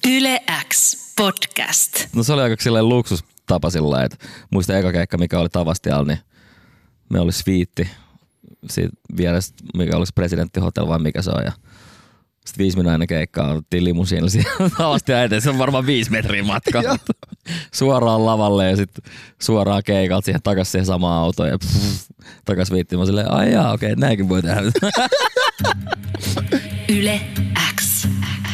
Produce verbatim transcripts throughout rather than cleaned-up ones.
Yle X podcast. No se oli aika silleen luksustapa sillä, että muista eka keikka, mikä oli Tavastialla, niin me oli sviitti siitä vieressä, mikä olisi Presidentti Hotel vai mikä se on. Ja sitten viisi minuutin keikkaa otettiin limusiinilla siellä Tavastialla eteen. Se on varmaan viisi metriä matkaa. Suoraan lavalle ja sitten suoraan keikalta siihen takas siihen samaan autoon ja pff, takas viittiin. Mä silleen, ai jaa, okei, okay, näinkin voi tehdä. Yle X.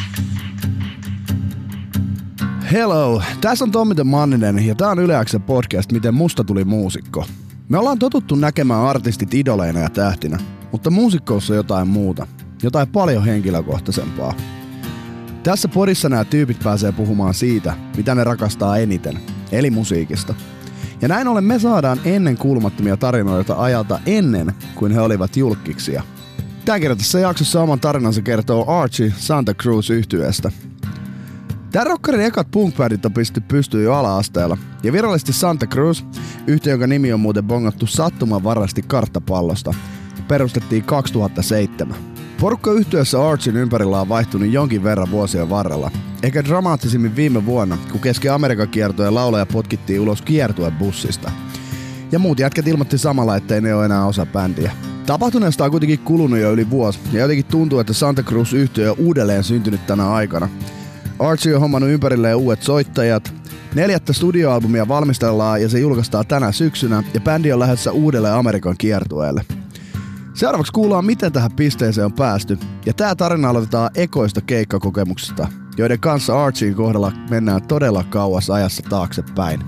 Hello, tässä on Tommi Manninen ja tää on Yle X:n podcast Miten musta tuli muusikko. Me ollaan totuttu näkemään artistit idoleina ja tähtinä, mutta muusikkoussa on jotain muuta. Jotain paljon henkilökohtaisempaa. Tässä podissa nämä tyypit pääsee puhumaan siitä, mitä ne rakastaa eniten, eli musiikista. Ja näin ollen me saadaan ennen kuulumattomia tarinoita ajalta ennen kuin he olivat julkkiksia. Tämänkertaisessa jaksossa oman tarinansa kertoo Archie Santa Cruz -yhtyeestä. Tää rockarin ekat punk-bändit on pistetty pystyyn jo ala-asteella, ja virallisesti Santa Cruz, yhtiö, jonka nimi on muuten bongattu sattumanvaraisesti karttapallosta, perustettiin kaksituhattaseitsemän. Porukka yhtyessä Archien ympärillä on vaihtunut jonkin verran vuosien varrella. Ehkä dramaattisimmin viime vuonna, kun kesken Amerikan kiertueen laulaja potkittiin ulos kiertueen bussista. Ja muut jätkät ilmoitti samalla, ettei ne ole enää osa bändiä. Tapahtuneesta on kuitenkin kulunut jo yli vuosi, ja jotenkin tuntuu, että Santa Cruz -yhtiö on uudelleen syntynyt tänä aikana. Archie on hommannut ympärilleen uudet soittajat. Neljättä studioalbumia valmistellaan ja se julkaistaan tänä syksynä, ja bändi on lähdössä uudelle Amerikan kiertueelle. Seuraavaksi kuullaan, miten tähän pisteeseen on päästy, ja tää tarina aloitetaan ekoista keikkakokemuksista, joiden kanssa Archien kohdalla mennään todella kauas ajassa taaksepäin.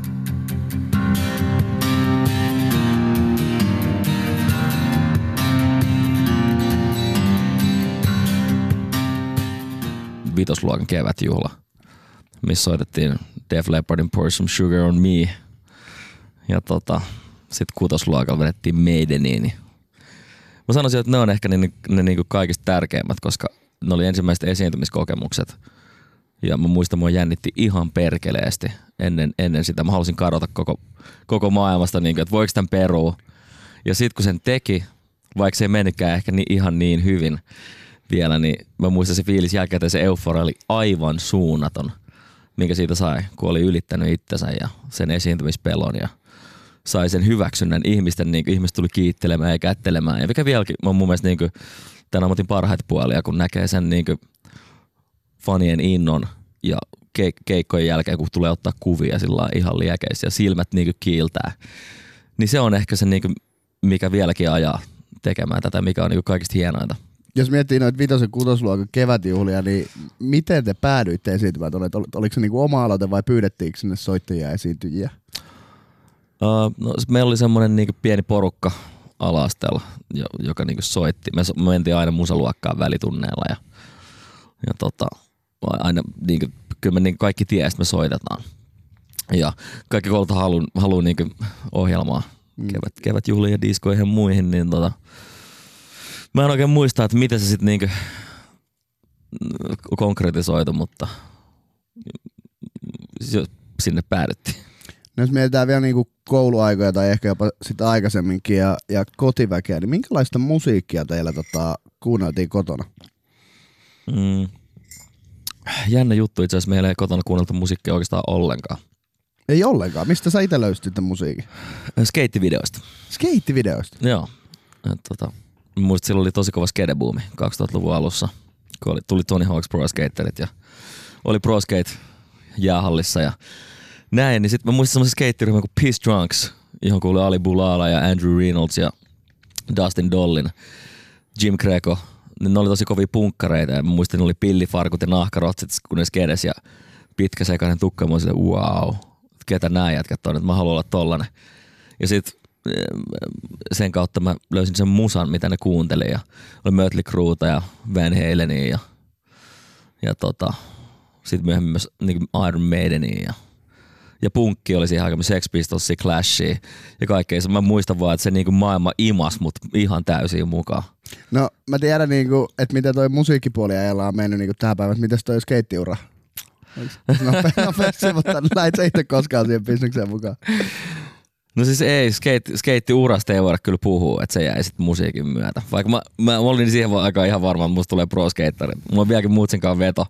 Vitosluokan kevätjuhla, missä soitettiin Def Leppardin Pour Some Sugar on Me. Ja tota, sit kutosluokalla vedettiin Maideniin. Niin mä sanoisin, että ne on ehkä ne, ne, ne niinku kaikista tärkeimmät, koska ne oli ensimmäiset esiintymiskokemukset. Ja mä muistan, mua jännitti ihan perkeleesti ennen, ennen sitä. Mä halusin kadota koko, koko maailmasta, niinku, että voiko tän perua. Ja sit kun sen teki, vaikka se ei menikään ehkä ni, ihan niin hyvin vielä, niin mä muistan se fiilis jälkeen, että se euforia oli aivan suunnaton, minkä siitä sai, kun oli ylittänyt itsensä ja sen esiintymispelon ja sai sen hyväksynnän ihmisten, niin kuin ihmiset tuli kiittelemään ja kättelemään. Ja mikä vieläkin on mun mielestä niin kuin tämän ammatin parhaita puolia, kun näkee sen niin kuin fanien innon ja keik- keikkojen jälkeen, kun tulee ottaa kuvia sillä ihan liekeissä ja silmät niin kuin kiiltää. Niin se on ehkä se, niin kuin, mikä vieläkin ajaa tekemään tätä, mikä on niin kuin kaikista hienointa. Jos miettii noita vitosen kutosluokan kevätjuhlia, niin miten te päädyitte esiintymään? Oliko se niinku oma aloite vai pyydettiinkö sinne soittajia ja esiintyjiä? Uh, no, meillä oli semmoinen niinku pieni porukka ala-asteella, joka niinku soitti. Me, me mentiin aina musaluokkaan välitunneilla ja, ja tota, aina, niinku, kyllä me niinku kaikki tiesi, että me soitetaan. Ja kaikki koulut haluaa haluu niinku ohjelmaa mm. kevät, kevätjuhliin ja diskoihin ja muihin, niin tota, mä en oikein muista, että miten se sitten niinku konkretisoitu, mutta sinne päädyttiin. No jos mietitään vielä niinku kouluaikoja tai ehkä jopa sitä aikaisemminkin ja, ja kotiväkeä, niin minkälaista musiikkia teillä tota, kuunneltiin kotona? Mm. Jännä juttu, itse asiassa meillä ei kotona kuunneltu musiikkia oikeastaan ollenkaan. Ei ollenkaan? Mistä sä itse löysit tämän musiikin? Skeittivideoista. Skeittivideoista? Joo. Et, tota, muistin, silloin oli tosi kova skedebuumi kaksituhattaluvun alussa, kun oli, tuli Tony Hawk's Pro Skaterit ja oli Pro Skate jäähallissa ja näin. Niin sitten mä muistin semmoisen skeittiryhmän kuin Peace Drunks, johon kuului Ali Boulala ja Andrew Reynolds ja Dustin Dollin, Jim Greco. Ne oli tosi kovia punkkareita ja mä muistin, ne oli pillifarkut ja nahkarotsit, kun ne skedes ja pitkäsekainen tukka. Mä olin silleen, wow, ketä nää jätkät on, että mä haluan olla tollanen. Ja sit sen kautta mä löysin sen musan, mitä ne kuunteli. Ja oli Mötley Crueta ja Van Halenia ja, ja tota, sit myöhemmin myös niin Iron Maidenia ja, ja punkki oli siihen aikaan Sex Pistolsia, Clashia ja kaikkea. Mä muistan vaan, että se niin maailma imas mut ihan täysin mukaan. No mä tiedän, niin kuin, että miten toi musiikkipuoli ajalla on mennyt niin tähän päivään, että miten toi skeittiura? Nopeasti, mutta näit sä itse koskaan siihen bisnekseen mukaan. No siis ei, skate, skeittiurasta ei voida kyllä puhua, että se jäi sitten musiikin myötä. Vaikka mä, mä olin siihen aikaan ihan varma, että musta tulee pro-skeittari. Mulla on vieläkin muutsinkaan veto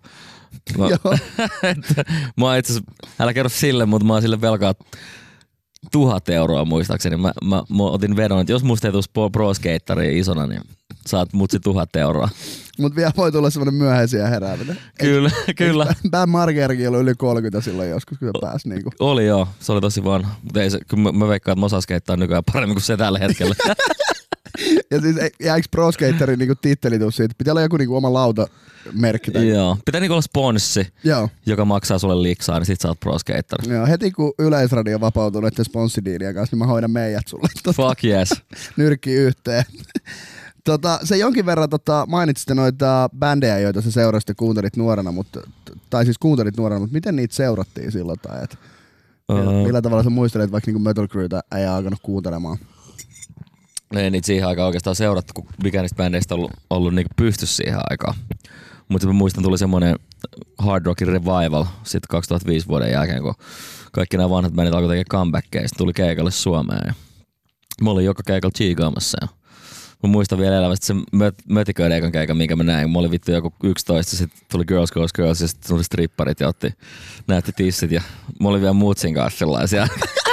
Mä, mä oon itse asiassa, älä kerro sille, mutta mä oon sille velkaa tuhat euroa muistaakseni. Mä, mä, mä otin vedon, että jos musta ei tuus pro-skateria isona, niin saat mutsi tuhat euroa. Mut vielä voi tulla semmonen myöhäisiä herääminen. Kyllä, Eikö, kyllä. Bam Margerikin oli yli kolmekymmentä silloin joskus, kun se pääsi niinku. Oli joo, se oli tosi vanha. Mutta ei se, kyllä mä, mä veikkaan, että mä osaan skeittaa nykyään paremmin kuin se tällä hetkellä. Ja siis jääkö pro-skaterin niinku titteli tuu siitä? Pitää olla joku niinku oma lautamerkki. Tai... Joo, pitää niinku olla sponssi, Joo. joka maksaa sulle liksaa, niin sit sä oot pro-skater. Joo, heti kun Yleisradio vapautuu näiden sponssidiilien kanssa, niin mä hoidan meidät sulle. Tota, Fuck yes. Nyrkki yhteen. Tota, se jonkin verran tota, mainitsitte noita bändejä, joita sä seurasit ja kuuntelit nuorena, mutta, tai siis kuuntelit nuorena, mutta miten niitä seurattiin silloin? Tai et, uh, millä tavalla sä muistelet vaikka niinku Metal Crewta ei alkanut kuuntelemaan? Ei niitä siihen aikaan oikeastaan seurattu, kun mikään niistä bändeistä on ollut, ollut niinku pystyssä siihen aikaan. Mutta mä muistan, tuli semmoinen hard rockin revival sitten kaksituhattaviisi vuoden jälkeen, kun kaikki nämä vanhat bändit alkoi tekemään comebackkejä. Sitten tuli keikalle Suomeen ja mä olin joka keikalla chiigaamassa. Ja mä muistan vielä elävästi sen möt- mötiköiden ekan keikan, minkä mä näin. Mä olin vittu joku yksitoista, sitten tuli Girls, Girls, Girls ja sitten tuli stripparit ja otti, näytti tissit ja mä olin vielä muutsin kanssa sellaisia.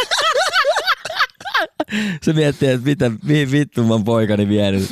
Se miettii, että mitä, mihin vittu mä oon poikani vienyt.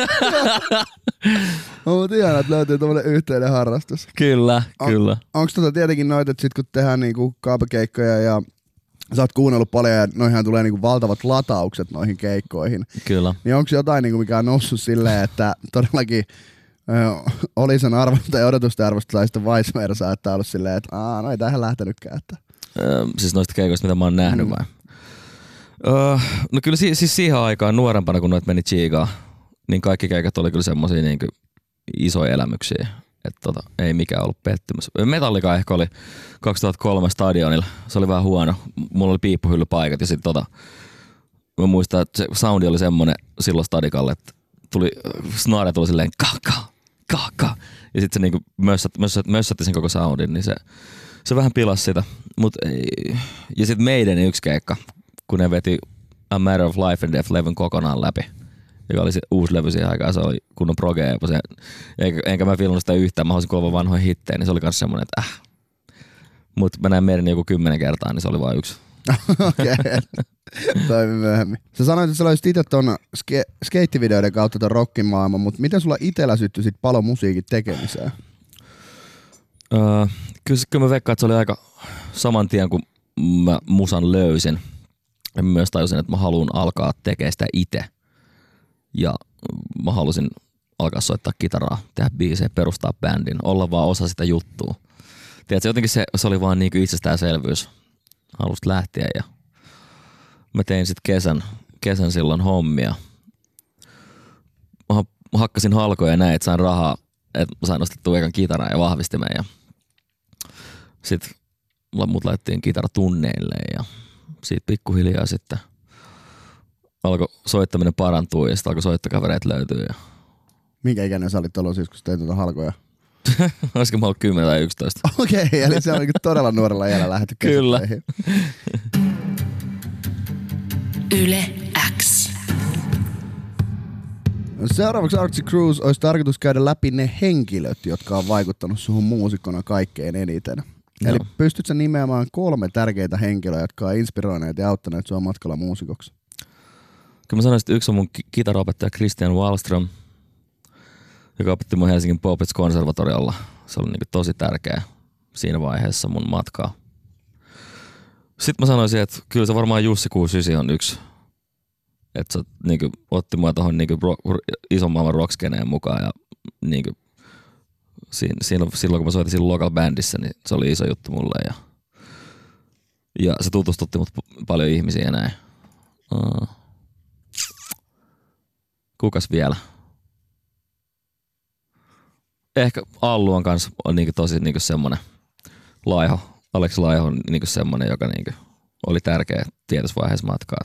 No, mutta ihanaa, että löytyy tommonen yhteinen harrastus. Kyllä, on, kyllä. Onks tota tietenkin noita, että sit kun tehdään niinku kaapekeikkoja ja sä oot kuunnellut paljon ja noihän tulee niinku valtavat lataukset noihin keikkoihin. Kyllä. Niin onks jotain niinku mikä on noussut silleen, että todellakin ö, oli sen arvosta ja odotusten arvosta tai sitten vice versa, että on ollut silleen, että aah, no ei tähän lähtenytkään. Että. Öö, siis noista keikoista, mitä mä oon nähnyt mm. vai? Öö, no kyllä si- siis siihen aikaan nuorempana, kun noit meni chiigaan, niin kaikki keikat oli kyllä semmosia niinku isoja elämyksiä. Että tota, ei mikään ollut pettymys. Metallica ehkä oli kaksituhattakolme stadionilla. Se oli vähän huono. Mulla oli piippuhyllypaikat ja sit tota, mä muistan, että se soundi oli semmonen silloin stadikalle, että tuli, snare tuli silleen ka ka ka ka. Ja sit se niinku mössät, mössät, mössätti sen koko soundin, niin se, se vähän pilasi sitä. Mut ei. Ja sit meidän yksi keikka, kun ne veti A Matter of Life and Death levyn kokonaan läpi, joka oli se uusi levy siihen aikaan, se oli kunnon progea. Eikä, enkä mä filmannut sitä yhtään, mä halusin kuulla vanhoja hittejä, niin se oli kans semmonen, että äh. Mut mä näin meidän joku kymmenen kertaa, niin se oli vaan yksi. Okei, toimi myöhemmin. Sä sanoit, että sä löysit itse ton ske- skeittivideoiden kautta ton rockin maailman, mutta miten sulla itellä syttyi sit palo musiikin tekemiseen? Öö, kyllä, kyllä mä veikkaan, että se oli aika saman tien, kun mä musan löysin. Ja mä myös tajusin, että mä haluan alkaa tekemään sitä itse. Ja mä halusin alkaa soittaa kitaraa, tehdä biisejä, perustaa bändin, olla vaan osa sitä juttua. Tiedätkö, jotenkin se, se oli vaan niinku itsestäänselvyys alusta lähtien. Ja mä tein sit kesän, kesän silloin hommia. Mä hakkasin halkoja ja näin, että sain rahaa, että mä sain ostettua ekan kitaran ja vahvistimen. Ja sit mut laitettiin kitaratunneille ja siitä pikkuhiljaa sitten alkoi soittaminen parantua ja sitten alkoi soittokavereet löytyä. Ja minkä ikäinen sä olit ollut siis, kun sä teit tuota halkoja? Olisiko mä ollut kymmenen tai yksitoista? Okei, okay, eli se on todella nuorella iällä lähdetty Kyllä. Yle X. Seuraavaksi Archie Cruz olisi tarkoitus käydä läpi ne henkilöt, jotka on vaikuttanut suhun muusikkona kaikkein eniten. No. Eli pystyt sä nimeämään kolme tärkeitä henkilöä, jotka on inspiroineet ja auttaneet sua matkalla muusikoksi? Kyllä mä sanoisin, että yksi on mun kitaraopettaja Christian Wallström, joka opetti mun Helsingin Puppets konservatoriolla. Se oli niinku tosi tärkeä siinä vaiheessa mun matkaa. Sitten mä sanoisin, että kyllä se varmaan Jussi kuusikymmentäyhdeksän on yksi. Että se niinku otti mua tohon niinku ison maailman rockskeneen mukaan ja niinku siinä, silloin kun mä soitin siinä local bandissä, niin se oli iso juttu mulle ja, ja se tutustutti mut paljon ihmisiä ja näin. Uh. Kukas vielä? Ehkä Allu on kans on niinku tosi niinku semmonen Laiho, Aleksi Laiho on niinku semmonen, joka niinku oli tärkeä tietyssä vaiheessa matkaa.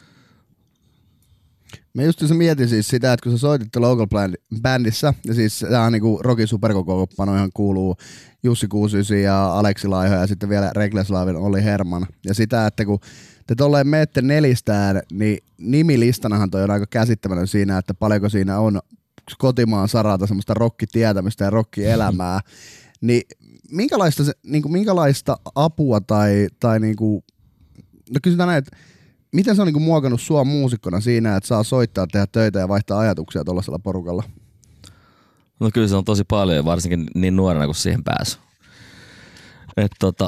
Mä just se mietin siis sitä, että kun sä soitit local bandissä, ja siis tämähän niinku Rockin superkokoonpanoihan kuuluu Jussi kuusikymmentäyhdeksän ja Aleksi Laiho ja sitten vielä Regleslavin Olli Herman. Ja sitä, että kun te tolleen meette nelistään, niin nimilistanahan toi on aika käsittämätön siinä, että paljonko siinä on kotimaan saralta semmoista rockitietämystä ja rockielämää. Niin minkälaista, se, niinku, minkälaista apua tai, tai niinku, no kysytään näin, että miten se on niinku muokannut sua muusikkona siinä, että saa soittaa, tehdä töitä ja vaihtaa ajatuksia tuollaisella porukalla? No kyllä se on tosi paljon, varsinkin niin nuorena kuin siihen pääsi. Et tota,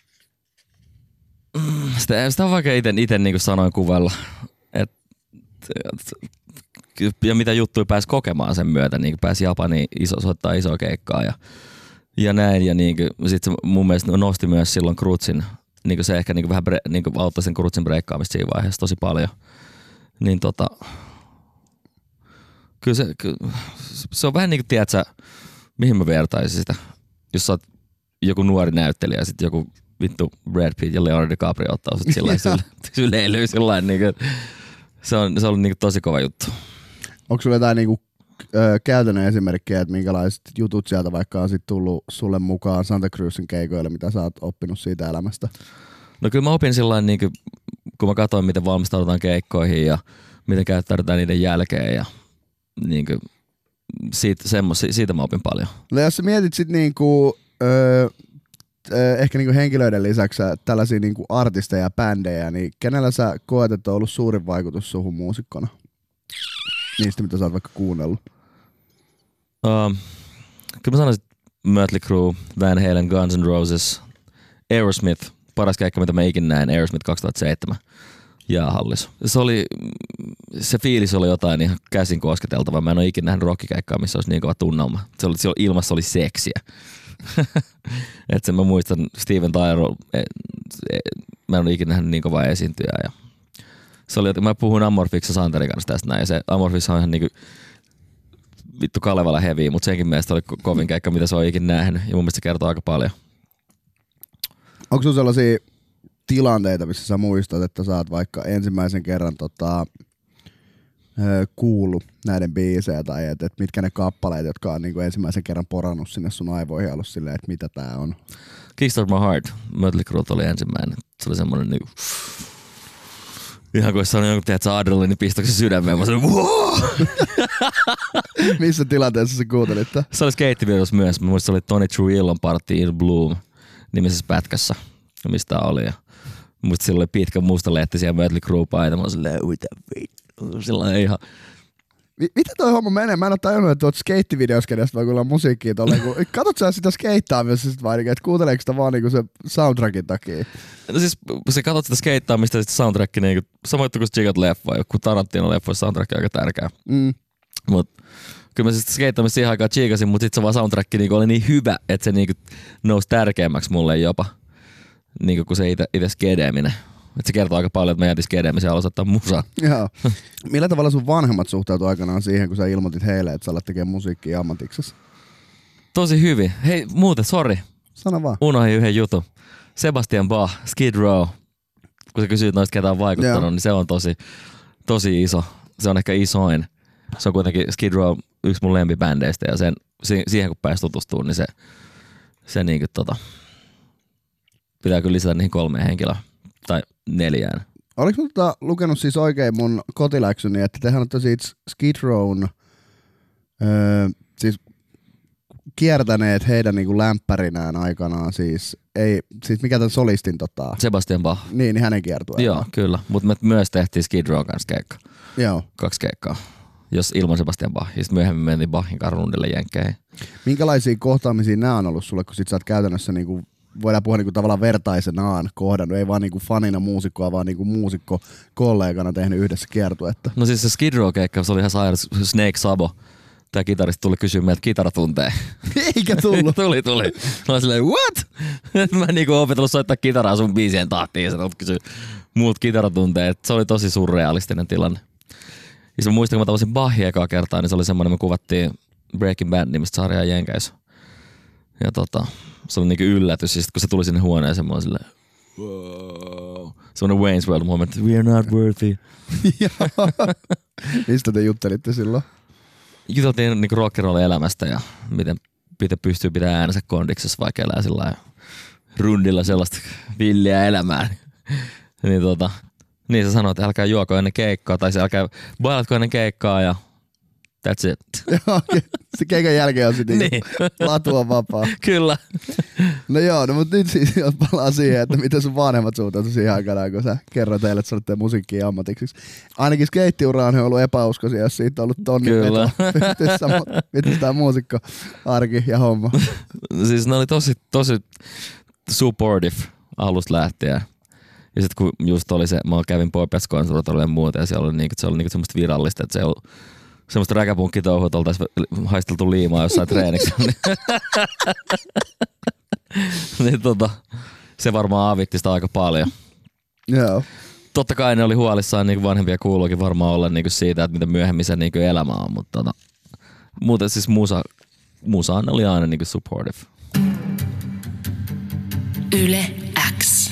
sitä, sitä on vaikea ite, ite niinku sanoin kuvella. Et, et, ja mitä juttuja pääsi kokemaan sen myötä, niin pääsi Japaniin iso, soittaa isoa keikkaa ja, ja näin. Ja niin sitten se mun mielestä nosti myös silloin Krutsin, niin se ehkä niin vähän bre, niin auttoi sen Krutsin breikkaamista siinä vaiheessa tosi paljon. Niin tota, kyllä se, kyllä, se on vähän niin kuin, tiedätkö, mihin mä vertaisin sitä, jos sä oot joku nuori näyttelijä ja sitten joku vittu Brad Pitt ja Leonardo DiCaprio ottaa sut sillä syleilyy sillä niin se on, se on niin tosi kova juttu. Onko sulla jotain niinku, ö, käytännön esimerkkejä, että minkälaiset jutut sieltä vaikka on sit tullut sulle mukaan Santa Cruzin keikoille, mitä sä oot oppinut siitä elämästä? No kyllä mä opin sillain, niin kun mä katsoin, miten valmistaudutaan keikkoihin ja miten käyttäydytään niiden jälkeen ja niin kuin, siitä, semmos, siitä mä opin paljon. No jos sä mietit sit niinku, ö, ö, ehkä niinku henkilöiden lisäksi tällaisia niinku artisteja ja bändejä, niin kenellä sä koet, että on ollut suurin vaikutus suhun muusikkona? Niistä, mitä sä oot vaikka kuunnellut. Uh, kyllä mä sanoisin Mötley Crüe, Van Halen, Guns N' Roses, Aerosmith, paras keikka mitä mä ikin näin, Aerosmith kaksituhattaseitsemän. Jäähallis. Se oli, se fiilis oli jotain ihan käsin kosketeltavaa. Mä en ole ikin nähnyt rockikeikkaa, missä olisi niin kova tunnelma. Se oli, siellä ilmassa oli seksiä. Et sen mä muistan Steven Tyler, mä en ole ikin nähnyt niin kovaa esiintyjää. Ja se oli, mä puhuin Amorphis ja Santerin kanssa tästä näin. Ja se Amorphis on ihan niinku vittu Kalevala heavy, mutta senkin mielestä oli kovin keikka, mitä se on ikin nähnyt. Ja mun mielestä se kertoo aika paljon. Onko sulla sellaisia tilanteita, missä sä muistat, että sä oot vaikka ensimmäisen kerran tota, kuullut näiden biisejä tai että et mitkä ne kappaleet, jotka on niinku ensimmäisen kerran porannut sinne sun aivoihin ja ollut silleen, että mitä tää on? Kickstart My Heart, Mötley Crüe oli ensimmäinen. Se oli semmonen niinku ihan kuin olisi saanut jonkun, tiedät sä adrenaliinipistoksen sydämeen. Mä sanoin, wow! Missä tilanteessa sä kuuntelit? Se oli skeittivideossa myös. Mä muistin, se oli Tony Truillon Party in Bloom nimisessä pätkässä, mistä oli. Ja muistin, sillä oli pitkä musta lehti siellä Mötley Crüe-paita. Mä olin silleen, mitä vittu. Sillä ihan... M- mitä toi homma menee? Mä en oo tajunnut, että oot skeittivideossa, kenestä voi kuulla musiikkia tolleen. Katsot sä sitä skeittaamista sit vai, että kuunteleeko sitä vaan niinku se soundtrackin takia? No siis se katsot sitä skeittaamista ja sitten soundtrack, niinku, samoin kuin Chigat leffa, kun Tarantino-leffa soundtrack on aika tärkeä. Mm. Mut kyllä mä siis skeittaamista siihen aikaan chiikasin, mutta sitten se vaan soundtrack niinku oli niin hyvä, että se niinku nousi tärkeämmäksi mulle jopa, niinku kuin se itse skedeeminen. Et se kertoo aika paljon, että mä jätin skedeemisen ja aloin ottaa musaa. Joo. Millä tavalla sun vanhemmat suhtautuivat aikanaan siihen, kun sä ilmoitit heille, että sä alat tekemään musiikkia ammatiksesi? Tosi hyvin. Hei, muuten, sori. Sano vaan. Unohdin yhden jutun. Sebastian Bach, Skid Row. Kun sä kysyit noista, ketä on vaikuttanut, Joo. niin se on tosi, tosi iso. Se on ehkä isoin. Se on kuitenkin Skid Row yksi mun lempibändeistä ja sen, siihen kun pääsi tutustumaan, niin se, se niinku tota, pitää kyllä lisätä niihin kolmeen henkilöön. Tai neljään. Oliko mä tota lukenut siis oikein mun kotiläksyni, että tehän olette siitä Skid Rown öö, siis kiertäneet heidän niinku lämpärinään aikanaan siis, ei, siis mikä tämän solistin tota... Sebastian Bach. Niin, niin hänen kiertueen. Joo, kyllä. Mutta me myös tehtiin Skid Rown kanssa keikka. Joo. Kaksi keikkaa. Jos ilman Sebastian Bach. Ja sitten myöhemmin mentiin Bachin kanssa rundille jenkkeihin. Minkälaisia kohtaamisia nämä on ollut sulle, kun sit sä oot käytännössä niinku voidaan puhua niinku tavallaan vertaisenaan kohdannut, ei vaan niinku fanina muusikkoa, vaan niinku muusikko kollegana tehnyt yhdessä kiertuetta. No siis se Skid Row-keikka, se oli ihan sairas. Snake Sabo, tää kitaristi tuli kysyä meiltä kitaratuntee. Eikä tullut. tuli, tuli. Mä olin silleen, what? Mä en niinku opetellut soittaa kitaraa sun biisien tahtiin ja sä tulet kysyä muut kitaratunteet. Se oli tosi surrealistinen tilanne. Ja mä muistan, kun mä tavasin Bachia ekaa kertaa, niin se oli semmoinen, me kuvattiin Breaking Bad nimistä sarjaa Jenkeissä. Ja tota... Se oli niinku yllätys, ja sit kun se tuli sinne huoneeseen, mä olin silleen, wow. Semmoinen Wayne's World moment, we are not worthy. Mistä te juttelitte silloin? Juteltiin niinku rock'n'roll elämästä ja miten pitää pystyy pitämään äänensä kondiksessa, vaikka elää sillä rundilla sellaista villiä elämää. niin tota, niin se sanoi, että älkää juoko ennen keikkaa, tai se älkää bailatko ennen keikkaa ja That's it. Okay. Se keikan jälkeen on sitten niin. Latu on vapaa. Kyllä. No joo, no mutta nyt siis jos palaa siihen, että miten sun vanhemmat suhtautuivat siihen aikanaan, kun sä kerroit teille, että sä olette musiikkia ammatiksi. Ainakin skeittiuraan he on ollut epäuskoisia, jos siitä on ollut tonni vetoa. Miten tämä muusikko, arki ja homma? Siis ne oli tosi, tosi supportive alusta lähtien. Ja sit kun just oli se, mä kävin Poipias-konservatorille ja muuta, ja siellä oli niinku, se oli niinku semmoista virallista, että se ei ollut semmoista räkäpunkkitouhua, että oltais haisteltu liimaa jossain treeniksessä. niin tota, se varmaan avitti sitä aika paljon. Joo. Totta kai ne oli huolissaan, niin vanhempia kuuluukin varmaan olla niin siitä, että mitä myöhemmin se niin elämä on, mutta tota, muuten siis musa, musa oli aina niin supportive. Yle X.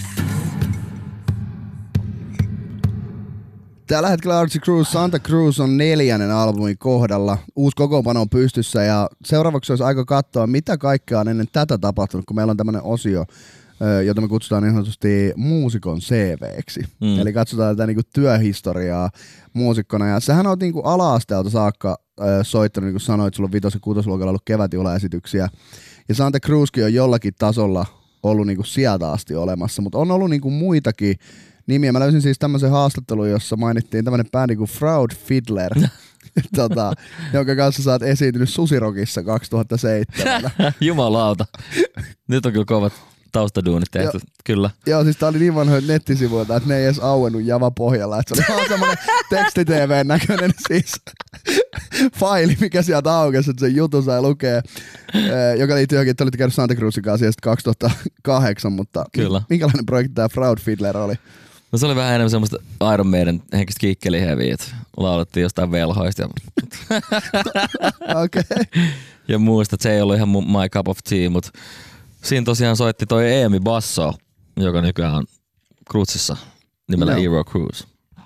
Tällä hetkellä Archie Cruz Santa Cruz on neljännen albumin kohdalla. Uusi kokoonpano on pystyssä ja seuraavaksi olisi aika katsoa, mitä kaikkea on ennen tätä tapahtunut, kun meillä on tämmöinen osio, jota me kutsutaan niin sanotusti muusikon C V:ksi. Mm. Eli katsotaan tätä niinku työhistoriaa muusikkona. Ja sähän oot niinku ala-asteelta saakka äh, soittanut, niin kuin sanoit, sulla on vitos- ja kutosluokalla ollut kevätjuhlaesityksiä. Ja Santa Cruzkin on jollakin tasolla ollut niinku sieltä asti olemassa, mutta on ollut niinku muitakin nimiä. Mä löysin siis tämmöisen haastattelun, jossa mainittiin tämmöinen bändi kuin Fraud Fiddler, tota, jonka kanssa sä oot esiintynyt Susirokissa kaksituhattaseitsemän. Jumalauta. Nyt on kyllä kovat taustaduunit tehty, kyllä. Joo, siis tää oli niin vanhoja nettisivuilta, että ne ei edes auennut Java pohjalla. Että se oli vaan semmonen teksti-tv:n näköinen siis faili, mikä sieltä aukesi, että sen jutun sai lukea, joka liittyy johonkin, että olitte käynyt Santa Cruzin kanssa kaksituhattakahdeksan, mutta kyllä. Minkälainen projekti tää Fraud Fiddler oli? No se oli vähän enemmän semmoista Iron Maiden henkistä kiikkeliheviä, että laulettiin jostain velhoista ja, okay. ja muista, että se ei ollut ihan my cup of tea, mutta siinä tosiaan soitti toi Eemi Basso, joka nykyään on Cruzissa nimellä no. Eero Cruz.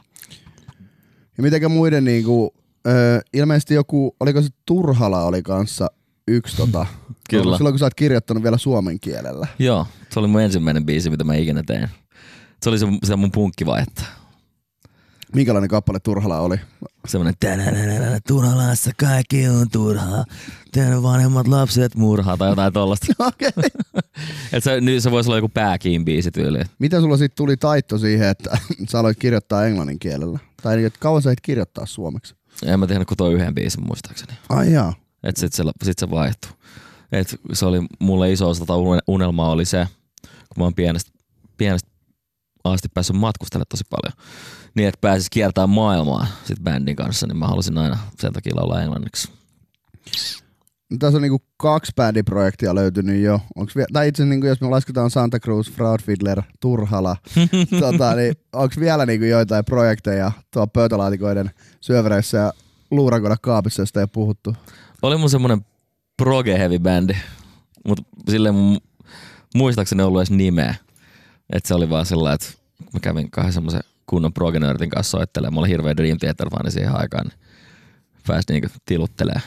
Ja mitenkä muiden niinku, ö, ilmeisesti joku, oliko se Turhala oli kanssa yksi tota, kyllä. Silloin kun sä oot kirjoittanut vielä suomen kielellä. Joo, se oli mun ensimmäinen biisi, mitä mä ikinä tein. Se oli se, se mun punkkivaihetta. Minkälainen kappale Turhala oli? Semmoinen tänään Turhalassa kaikki on turhaa, teidän vanhemmat lapset murhaa tai jotain tollasta. Okei. Okay. Et se, nyt se voisi olla joku pääkiin biisi tyyliin. Miten sulla sitten tuli taitto siihen, että sä aloit kirjoittaa englannin kielellä? Tai että kauan sä et kirjoittaa suomeksi? En mä tehnyt kuin toi yhden biisin muistaakseni. Ai jaa. Et sit se, sit se vaihtui. Et se oli mulle iso osa unelmaa oli se, kun mä oon pienestä, pienestä asti päässyt matkustelemaan tosi paljon. Niin, että pääsis kiertämään maailmaa sit bändin kanssa, niin mä halusin aina sen takia laulaa englanniksi. No, tässä on niinku kaksi bändiprojektia löytynyt jo. Onks vie- tai itse asiassa niinku, jos me lasketaan Santa Cruz, Fraud Fiddler, Turhala, tota, niin onks vielä niinku joitain projekteja tuolla pöytälaatikoiden syövereissä ja luurakoida kaapissa, josta ei ole puhuttu? Oli mun semmonen proge-heavy bändi, mutta silleen mun muistaakseni ei ollut edes nimeä. Että se oli vaan sellainen, että mä kävin kahden semmoisen kunnon progenörtin kanssa soittelemaan. Mulla oli hirveä Dream Theater-fani siihen aikaan, niin pääsi niinku tiluttelemaan.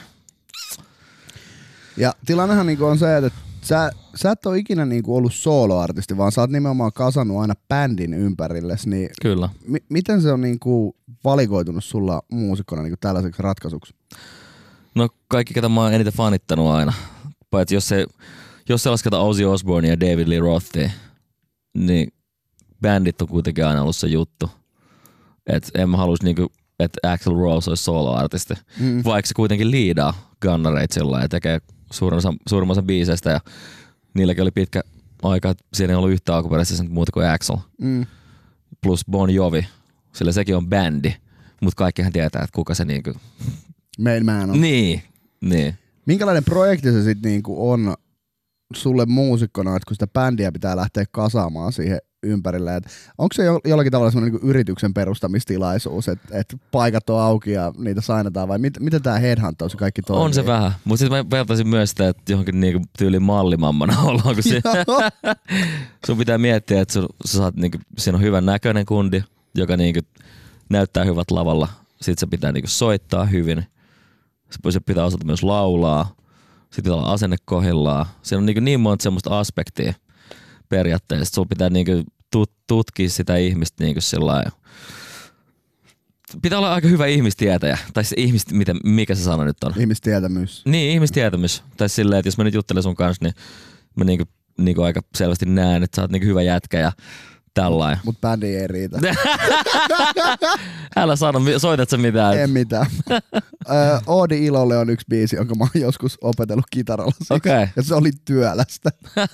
Ja tilannehan niinku on se, että sä, sä et ole ikinä niinku ollut soloartisti, vaan sä oot nimenomaan kasannut aina bändin ympärilles. Niin kyllä. M- miten se on niinku valikoitunut sulla muusikkona niinku tällaiseksi ratkaisuksi? No kaikki, ketä mä oon eniten fanittanut aina. Paitsi jos se, jos se lasketaan Ozzy Osbourne ja David Lee Rothia, niin bändit on kuitenkin aina ollut se juttu. Et en mä halus niinku, että Axl Rose olisi solo-artisti. Mm. Vaikka se kuitenkin liidaa Gunnareita sillä ja tekee suurimman osan biiseistä ja niilläkin oli pitkä aika, että siinä ei ollut yhtä alkuperäisesti muuta kuin Axl. Mm. Plus Bon Jovi, sillä sekin on bändi, mutta kaikkihan tietää, että kuka se niinku main man on. Niin, niin. Minkälainen projekti se sitten niinku on sulle muusikkona, että kun sitä bändiä pitää lähteä kasaamaan siihen ympärille, että onko se jollakin tavalla semmoinen niinku yrityksen perustamistilaisuus, että et paikat on auki ja niitä sainataan, vai mit, miten tämä headhuntaus ja kaikki toimii? On se vähän, mutta sitten mä vertaisin myös sitä, että johonkin niinku tyyliin mallimammana ollaan, kun se, sun pitää miettiä, että sun, sä saat, niinku, siinä on hyvän näköinen kundi, joka niinku näyttää hyvät lavalla, sitten se pitää niinku soittaa hyvin, se pitää osata myös laulaa, sitten pitää olla asenne kohdillaan. Siinä on niin, niin monta semmoista aspektia periaatteessa. Sulla pitää niin tut- tutkia sitä ihmistä niin pitää olla aika hyvä ihmistietäjä. Tai se ihmist, mitä, mikä se sana nyt on? Ihmistietämys. Niin, ihmistietämys. Tai silleen, että jos mä nyt juttelen sun kanssa, niin mä niinku, niinku aika selvästi näen, että sä oot niinku hyvä jätkä ja tällainen. Mut, mut bändi ei riitä. Älä sano, soitat sä mitään? En mitään. Oodi Ilolle on yksi biisi, jonka mä oon joskus opetellut kitaralla. Okay. Ja se oli työlästä.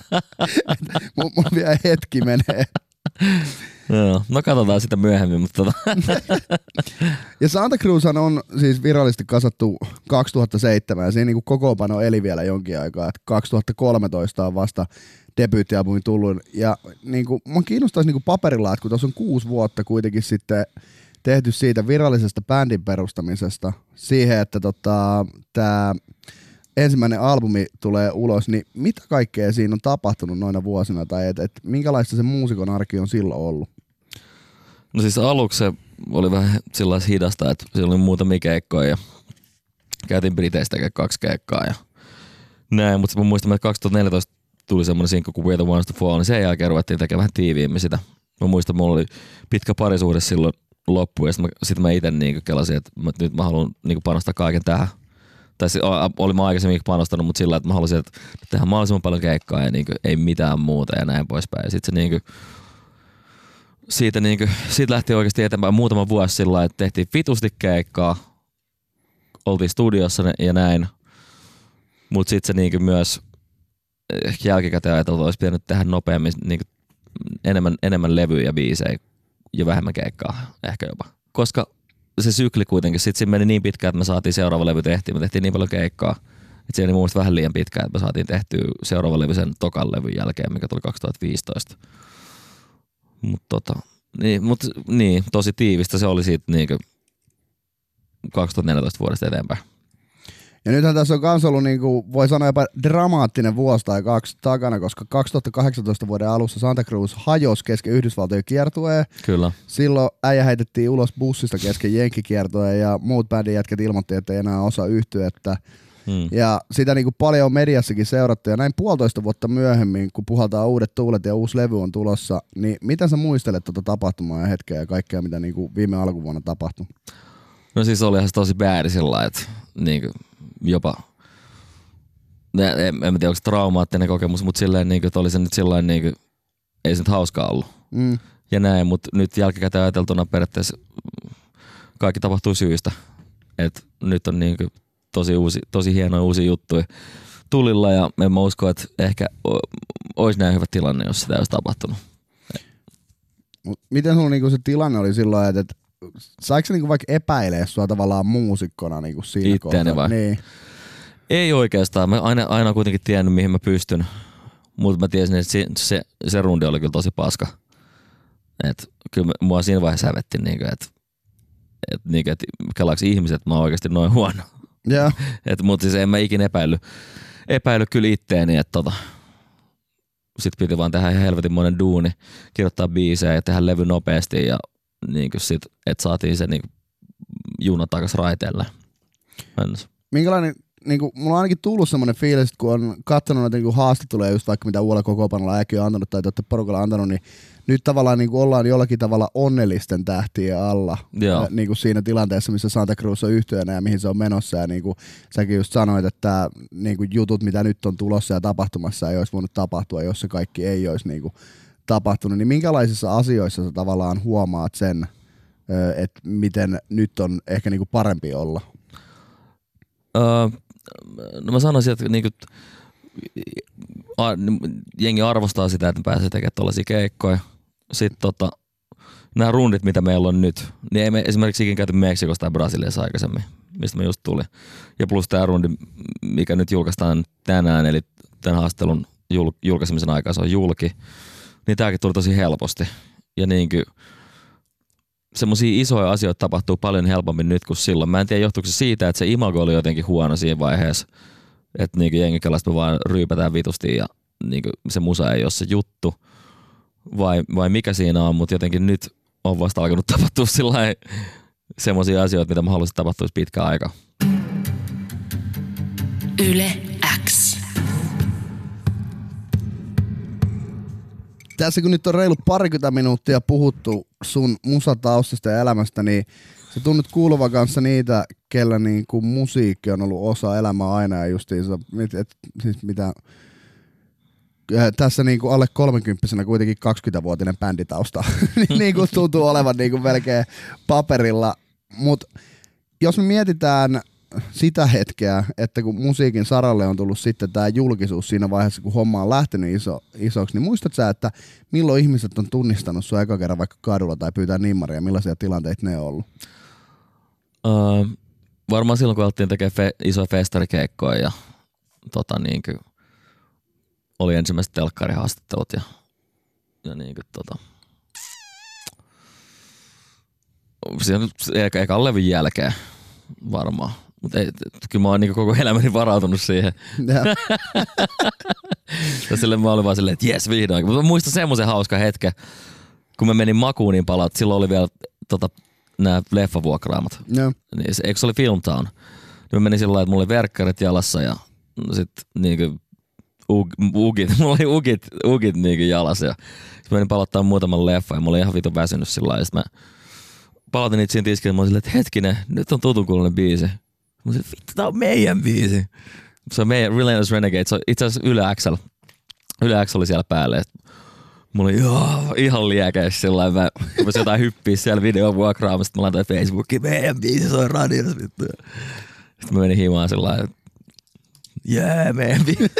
Mulla vielä hetki menee. No, no katsotaan sitä myöhemmin. Mutta tota. Ja Santa Cruzhan on siis virallisesti kasattu kaksituhattaseitsemän ja siinä niinku kokoonpano eli vielä jonkin aikaa. Et kaksituhattakolmetoista on vasta debyyttialbumi tullut. Ja niinku, mun kiinnostaisi niinku paperilla, että kun tuossa on kuusi vuotta kuitenkin sitten tehty siitä virallisesta bändin perustamisesta siihen, että tota, tämä ensimmäinen albumi tulee ulos, niin mitä kaikkea siinä on tapahtunut noina vuosina, tai et, et minkälaista se muusikon arki on silloin ollut? No siis aluksi se oli vähän sellaista hidasta, että siellä oli muutamia keikkoja ja käytiin Briteistä tekemään kaksi keikkaa ja näin, mutta mä muistan, että kaksituhattaneljätoista tuli semmoinen sinkku kuin We're the Ones to Fall, niin sen jälkeen ruvettiin tekemään vähän tiiviimmin sitä. Mä muistan, että mulla oli pitkä parisuhde silloin loppuun ja sitten mä, sit mä ite niinku kelasin, että mä, nyt mä haluan niinku panostaa kaiken tähän. Tai olin mä aikaisemmin panostanut, mutta sillä, että mä halusin, että tehdään mahdollisimman paljon keikkaa ja niinku ei mitään muuta ja näin poispäin. Ja sit se niinku, siitä, niinku, siitä lähti oikeasti eteenpäin muutama vuosi sillä lailla, että tehtiin vitusti keikkaa, oltiin studiossa ja näin, mutta sitten se niinku myös jälkikäteen ajateltu, olisi pitänyt tehdä nopeammin niinku enemmän, enemmän levyjä ja biisejä ja vähemmän keikkaa ehkä jopa. Koska se sykli kuitenkin, sit siinä meni niin pitkään, että me saatiin seuraava levy tehtiin. Me tehtiin niin paljon keikkaa, että se oli mun mielestä vähän liian pitkään, että me saatiin tehtyä seuraava levy sen tokan levyn jälkeen, mikä tuli kaksituhattaviisitoista. Mut tota, niin, mut, niin, tosi tiivistä se oli siitä niinku kaksituhattaneljätoista vuodesta eteenpäin. Ja nythän tässä on kans ollut, niinku, voi sanoa jopa dramaattinen vuosi tai kaksi takana, koska kaksituhattakahdeksantoista vuoden alussa Santa Cruz hajosi kesken Yhdysvaltojen kiertueen. Kyllä. Silloin äijä heitettiin ulos bussista kesken jenkkikiertueen ja muut bändin jätket ilmoitti, että ei enää osaa yhtyettä. Hmm. Ja sitä niinku paljon on mediassakin seurattu ja näin puolitoista vuotta myöhemmin, kun puhaltaa uudet tuulet ja uusi levy on tulossa, niin miten sä muistelet tuota tapahtumaa ja hetkeä ja kaikkea, mitä niinku viime alkuvuonna tapahtui? No siis olihan se tosi bääri sillä että niinku jopa, en, en tiedä onko se traumaattinen kokemus, mutta silleen niinku, että oli se nyt sillain niinku, ei se nyt hauskaa ollut. Mm. Ja näin, mutta nyt jälkikäteen ajateltuna periaatteessa kaikki tapahtuu syystä. Et nyt on niinku tosi, uusi, tosi hienoja uusia juttuja tulilla ja en mä usko, että ehkä olisi näin hyvä tilanne, jos sitä olisi tapahtunut. Mut miten sulla niinku se tilanne oli silloin, että et, saiko se niinku vaikka epäilee sua tavallaan muusikkona niinku siinä itteeni vai? Niin. Ei oikeastaan. Mä aina, aina kuitenkin tiennyt, mihin mä pystyn. Mutta mä tiesin, että se, se, se rundi oli kyllä tosi paska. Et kyllä mua siinä vaiheessa hävetti, niinku, että et, niinku, et, kelaaks ihmiset, mä oon oikeasti noin huono. Yeah. Mutta siis en mä ikinä epäily, epäily kyllä itteeni, että tota, sit piti vaan tehdä ihan helvetin monen duuni, kirjoittaa biisejä ja tehdä levy nopeasti ja niinku sit, että saatiin se niinku juna takas raiteelle. Minkälainen, niinku, mulla on ainakin tullut semmoinen fiilis, kun on katsonut näitä niinku haastatteluja just vaikka mitä uudella kokoonpanolla äkki on antanut tai te olette porukalla antanut, niin nyt tavallaan niinku ollaan jollakin tavalla onnellisten tähtien alla ja, niinku siinä tilanteessa, missä Santa Cruz on yhtyönä ja mihin se on menossa. Ja niinku, säkin just sanoit, että niinku jutut, mitä nyt on tulossa ja tapahtumassa, ei olisi voinut tapahtua, jos se kaikki ei olisi niinku tapahtunut. Niin minkälaisissa asioissa sä tavallaan huomaat sen, että miten nyt on ehkä niinku parempi olla? Öö, no mä sanoisin, että niinku, a, jengi arvostaa sitä, että pääsee tekemään tuollaisia keikkoja. Sitten tota, nämä rundit, mitä meillä on nyt, niin ei me esimerkiksi ikinä käyty Meksikossa tai Brasiliassa aikaisemmin, mistä me just tuli. Ja plus tämä rundi, mikä nyt julkaistaan tänään, eli tämän haastattelun jul, julkaisemisen aikaa se on julki, niin tämäkin tuli tosi helposti. Ja niinkö semmosia isoja asioita tapahtuu paljon helpommin nyt kuin silloin. Mä en tiedä, johtuuko se siitä, että se imago oli jotenkin huono siinä vaiheessa, että niinkö jengikäläistä me vaan ryypätään vitusti ja niinkö se musa ei ole se juttu. Vai, vai mikä siinä on, mutta jotenkin nyt on vasta alkanut tapahtua sillain semmosia asioita, mitä mä haluaisin tapahtuisi pitkään aikaa. Yle X. Tässä kun nyt on reilu parikymmentä minuuttia puhuttu sun musataustasta ja elämästä, niin se tunnet kuuluvan kanssa niitä, kellä niin kuin musiikki on ollut osa elämää aina ja justiinsa, et, et, siis mitä, tässä niin kuin alle kolmekymppisenä kuitenkin kaksikymmentävuotinen bänditausta, niin kuin tuntuu olevan niin kuin melkein paperilla, mutta jos me mietitään sitä hetkeä, että kun musiikin saralle on tullut sitten tämä julkisuus siinä vaiheessa, kun homma on lähtenyt iso, isoksi, niin muistat sä, että milloin ihmiset on tunnistanut sua eka kerran vaikka kadulla tai pyytää nimmaria, millaisia tilanteita ne on ollut? Uh, varmaan silloin, kun alettiin tekemään fe- isoja festarikeikkoja ja tota, niin kuin, oli ensimmäiset telkkarihaastattelut ja, ja niin kuin, tota, eka, ekan levyn jälkeen varmaan. Mutta kyllä mä oon niinku koko elämäni varautunut siihen. Ja silleen mä olin vaan silleen, että jes vihdoin. Mutta mä muistan semmoisen hauskan hetken, kun mä menin makuun niin paljon, että silloin oli vielä tota, nämä leffavuokraamat. No. Niin, se, eikö se oli Filmtown? Niin mä menin sillä lailla, että mulla oli verkkarit jalassa ja sit niinku ug, ugit, mulla oli ugit, ugit niinku jalassa. Ja sit mä menin palottaa muutaman leffan ja mulla oli ihan vitun väsynyt sillä lailla. Mä palautin niitä siinä tiskille ja mä olin silleen, että hetkinen, nyt on tutun kuuloinen biisi. Mä olin, vittu, tää on meidän biisi. Se on meidän Relentless Renegade. Se on itse asiassa Yle X L. Yle X oli siellä päälle. Mulla oli joo, ihan liekeis sillä mä rupesin jotain hyppiä siellä videovuokraamassa. Mä laitoin Facebookiin, meidän biisi soi radiossa. Vittu. Sitten mä menin himaan sillä lailla, jee, meidän biisi.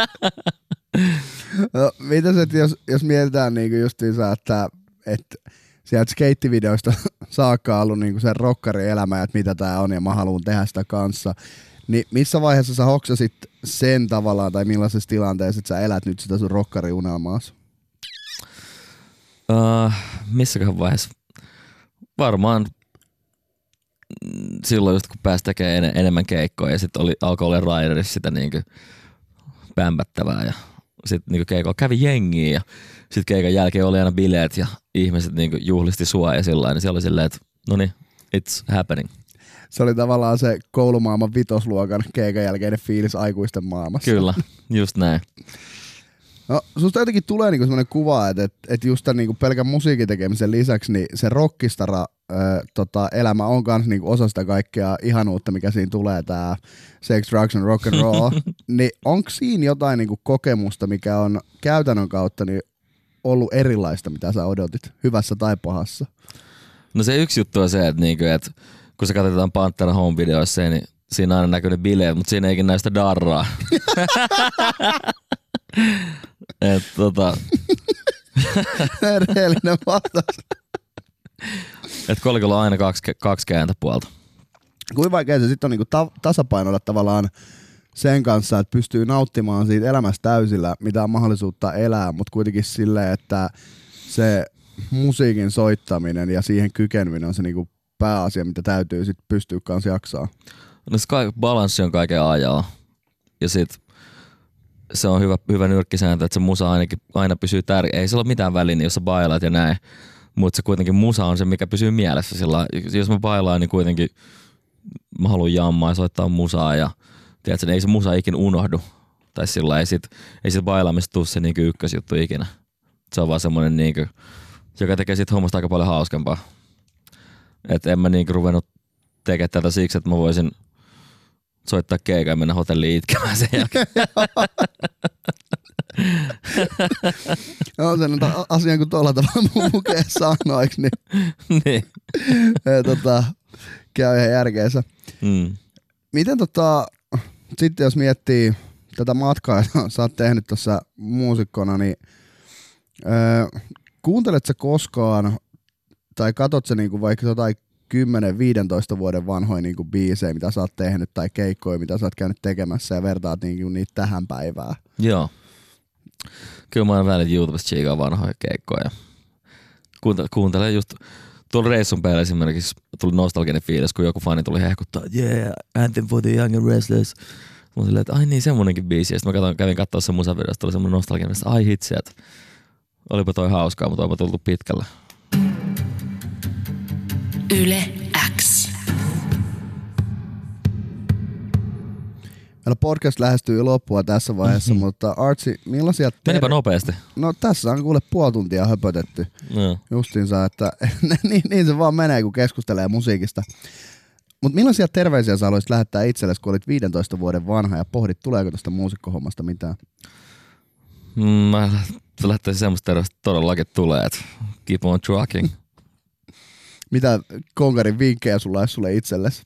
No, mitäs, että jos, jos mietitään niinku justiinsa, että, että sieltä skeittivideoista saakka ollut niinku sen rockarielämä, että mitä tää on ja mä haluun tehdä sitä kanssa. Niin missä vaiheessa sä hoksasit sen tavallaan tai millaisessa tilanteessa, että sä elät nyt sitä sun rockariunelmaas? Uh, missäköhän vaiheessa? Varmaan silloin just kun pääsi tekemään en- enemmän keikkoja ja sitten oli, alkoi olla Riderissa sitä niinku pämpättävää ja sitten niinku keikolla kävi jengiä ja sitten keikan jälkeen oli aina bileet ja ihmiset niinku juhlisti sua ja sillä niin siellä oli silleen, että no niin, it's happening. Se oli tavallaan se koulumaailman vitosluokan keikan jälkeinen fiilis aikuisten maailmassa. Kyllä, just näin. No, susta jotenkin tulee niinku semmoinen kuva, että et, et just tämän niinku pelkän musiikin tekemisen lisäksi niin se rockistara ö, tota, elämä on kans niinku osa sitä kaikkea ihanuutta, mikä siinä tulee, tää sex, drugs and rock and roll. Niin onko siinä jotain niinku kokemusta, mikä on käytännön kautta niin ollut erilaista, mitä sä odotit, hyvässä tai pahassa? No se yksi juttu on se, että niinku, et, kun se katsotaan Pantera Home-videoissa, niin siinä aina näkyy ne bileet, mutta siinä eikin näy sitä darraa. Et tota... Rehellinen vastaus. Et kolikolla on aina kaksi, kaksi kääntöpuolta. Kuinka vaikea se sitten on niinku ta- tasapainoida tavallaan sen kanssa, että pystyy nauttimaan siitä elämästä täysillä, mitä on mahdollisuutta elää, mutta kuitenkin silleen, että se musiikin soittaminen ja siihen kykeneminen on se niinku pääasia, mitä täytyy sit pystyä kanssa jaksaa. No se ka- balanssi on kaiken ajaa. Ja sit se on hyvä, hyvä nyrkkisääntö, että se musa ainakin aina pysyy tärkeä. Ei sillä ole mitään väliä, jos sä bailaat ja näin. Mutta se kuitenkin musa on se, mikä pysyy mielessä. Sillä, jos mä bailaan, niin kuitenkin mä haluan jammaa ja soittaa musaa. Ja tiedätkö, ei se musa ikin unohdu. Tai sillä ei sit, ei sit bailaamista tule se niinku ykkösjuttu ikinä. Se on vaan semmonen, niinku, joka tekee sit hommasta aika paljon hauskempaa. Et en mä niinku ruvennut tekemään tätä siksi, että mä voisin soittaa keikan ja mennä hotelliin itkemään sen jälkeen. No sen asian kun tuolla tavalla mukee sanoiksi, niin, niin. e, tota, käy ihan järkeensä. Mm. Miten tota, sitten jos miettii tätä matkaa, jota sä oot tehnyt tässä muusikkona, niin ö, kuuntelet sä koskaan tai katot sä niinku vaikka jotain kymmenen viisitoista vuoden vanhoja niinku biisejä, mitä sä oot tehnyt, tai keikkoja, mitä sä oot käynyt tekemässä ja vertaat niinku niitä tähän päivään? Joo. Kyllä mä oon välillä YouTubesta chiikaa vanhoja keikkoja. Kuuntele, kuuntele just tuolla reissun päällä esimerkiksi tuli nostalginen fiilis, kun joku fani tuli hehkuttaa, yeah, Anthem for the Young and Restless. Mä oon silleen, että ai niin, semmonenkin biisi. Ja sitten mä katsoin, kävin katsoa sen musavideosta, tuli semmonen nostalginen, että ai hitsi, että olipa toi hauskaa, mutta olipa tultu pitkällä. Yle X. Meillä podcast lähestyy loppua tässä vaiheessa, mm-hmm. mutta Artsi, millaisia... Ter- Menipä nopeasti. No tässä on kuule puoli tuntia höpötetty. No. Justiinsa, että niin, niin se vaan menee, kun keskustelee musiikista. Mutta millaisia terveisiä sä haluaisit lähettää itsellesi, kun olit viidentoista vuoden vanha ja pohdit, tuleeko tästä muusikkohommasta mitään? Mm, mä lähtäisin semmoista terveistä todellakin tulee, että keep on trucking. Mitä konkarin vinkkejä sulla olisi sulle itsellesi?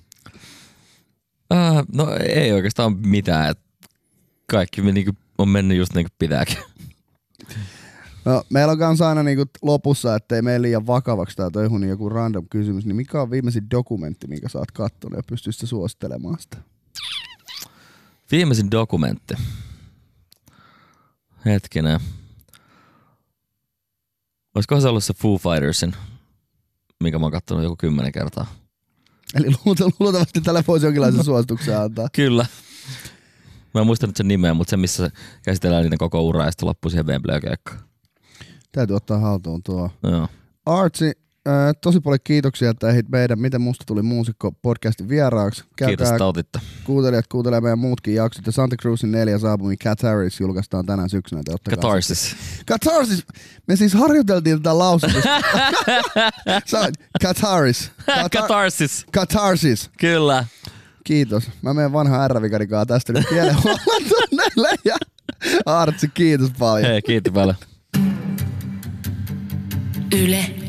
Uh, no ei oikeastaan mitään, että kaikki niinku on mennyt just niin kuin pitääkin. No, meillä on kanssa aina niinku lopussa, ettei mene liian vakavaksi tää toihun niin joku random kysymys, niin mikä on viimeisin dokumentti, minkä sä oot kattonut ja pystyisit suosittelemaan sitä? Viimeisin dokumentti. Hetkinen. Olisikohan se ollut se Foo Fightersin, minkä mä oon kattonut joku kymmenen kertaa. Eli luultavasti tällä voisi jonkinlaisen suosituksen antaa. Kyllä. Mä en muistanut sen nimeä, mutta se missä käsitellään niiden koko uraa ja sitten loppui siihen Wembley-keikkaan. Täytyy ottaa haltuun tuo. Joo. Artsi, äh, tosi paljon kiitoksia, että ehdit meidän Miten musta tuli muusikko podcastin vieraaksi. Käykää Kiitos, että otitte. Kuuntelijat kuuntelee meidän muutkin jaksot. Ja Santa Cruzin neljäs albumi Catharsis julkaistaan tänään syksynä. Catharsis. Catharsis! Me siis harjoiteltiin tätä lausutusta. Catharsis. Catharsis. Catharsis. Kyllä. Kiitos. Mä menen vanha R-vikarikaa tästä nyt kielenhuollon tunneille. Ja Artsi, kiitos paljon. Hei, kiitos paljon. Yle